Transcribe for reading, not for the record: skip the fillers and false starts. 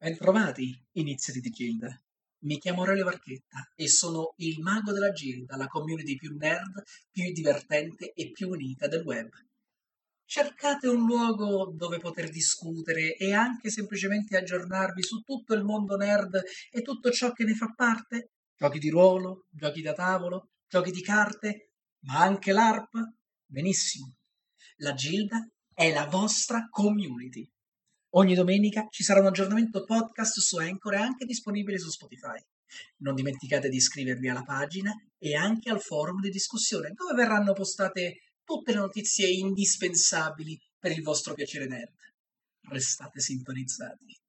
Bentrovati, iniziati di Gilda. Mi chiamo Aurelio Varchetta e sono il mago della Gilda, la community più nerd, più divertente e più unita del web. Cercate un luogo dove poter discutere e anche semplicemente aggiornarvi su tutto il mondo nerd e tutto ciò che ne fa parte? Giochi di ruolo, giochi da tavolo, giochi di carte, ma anche l'ARP? Benissimo. La Gilda è la vostra community. Ogni domenica ci sarà un aggiornamento podcast su Anchor e anche disponibile su Spotify. Non dimenticate di iscrivervi alla pagina e anche al forum di discussione, dove verranno postate tutte le notizie indispensabili per il vostro piacere nerd. Restate sintonizzati.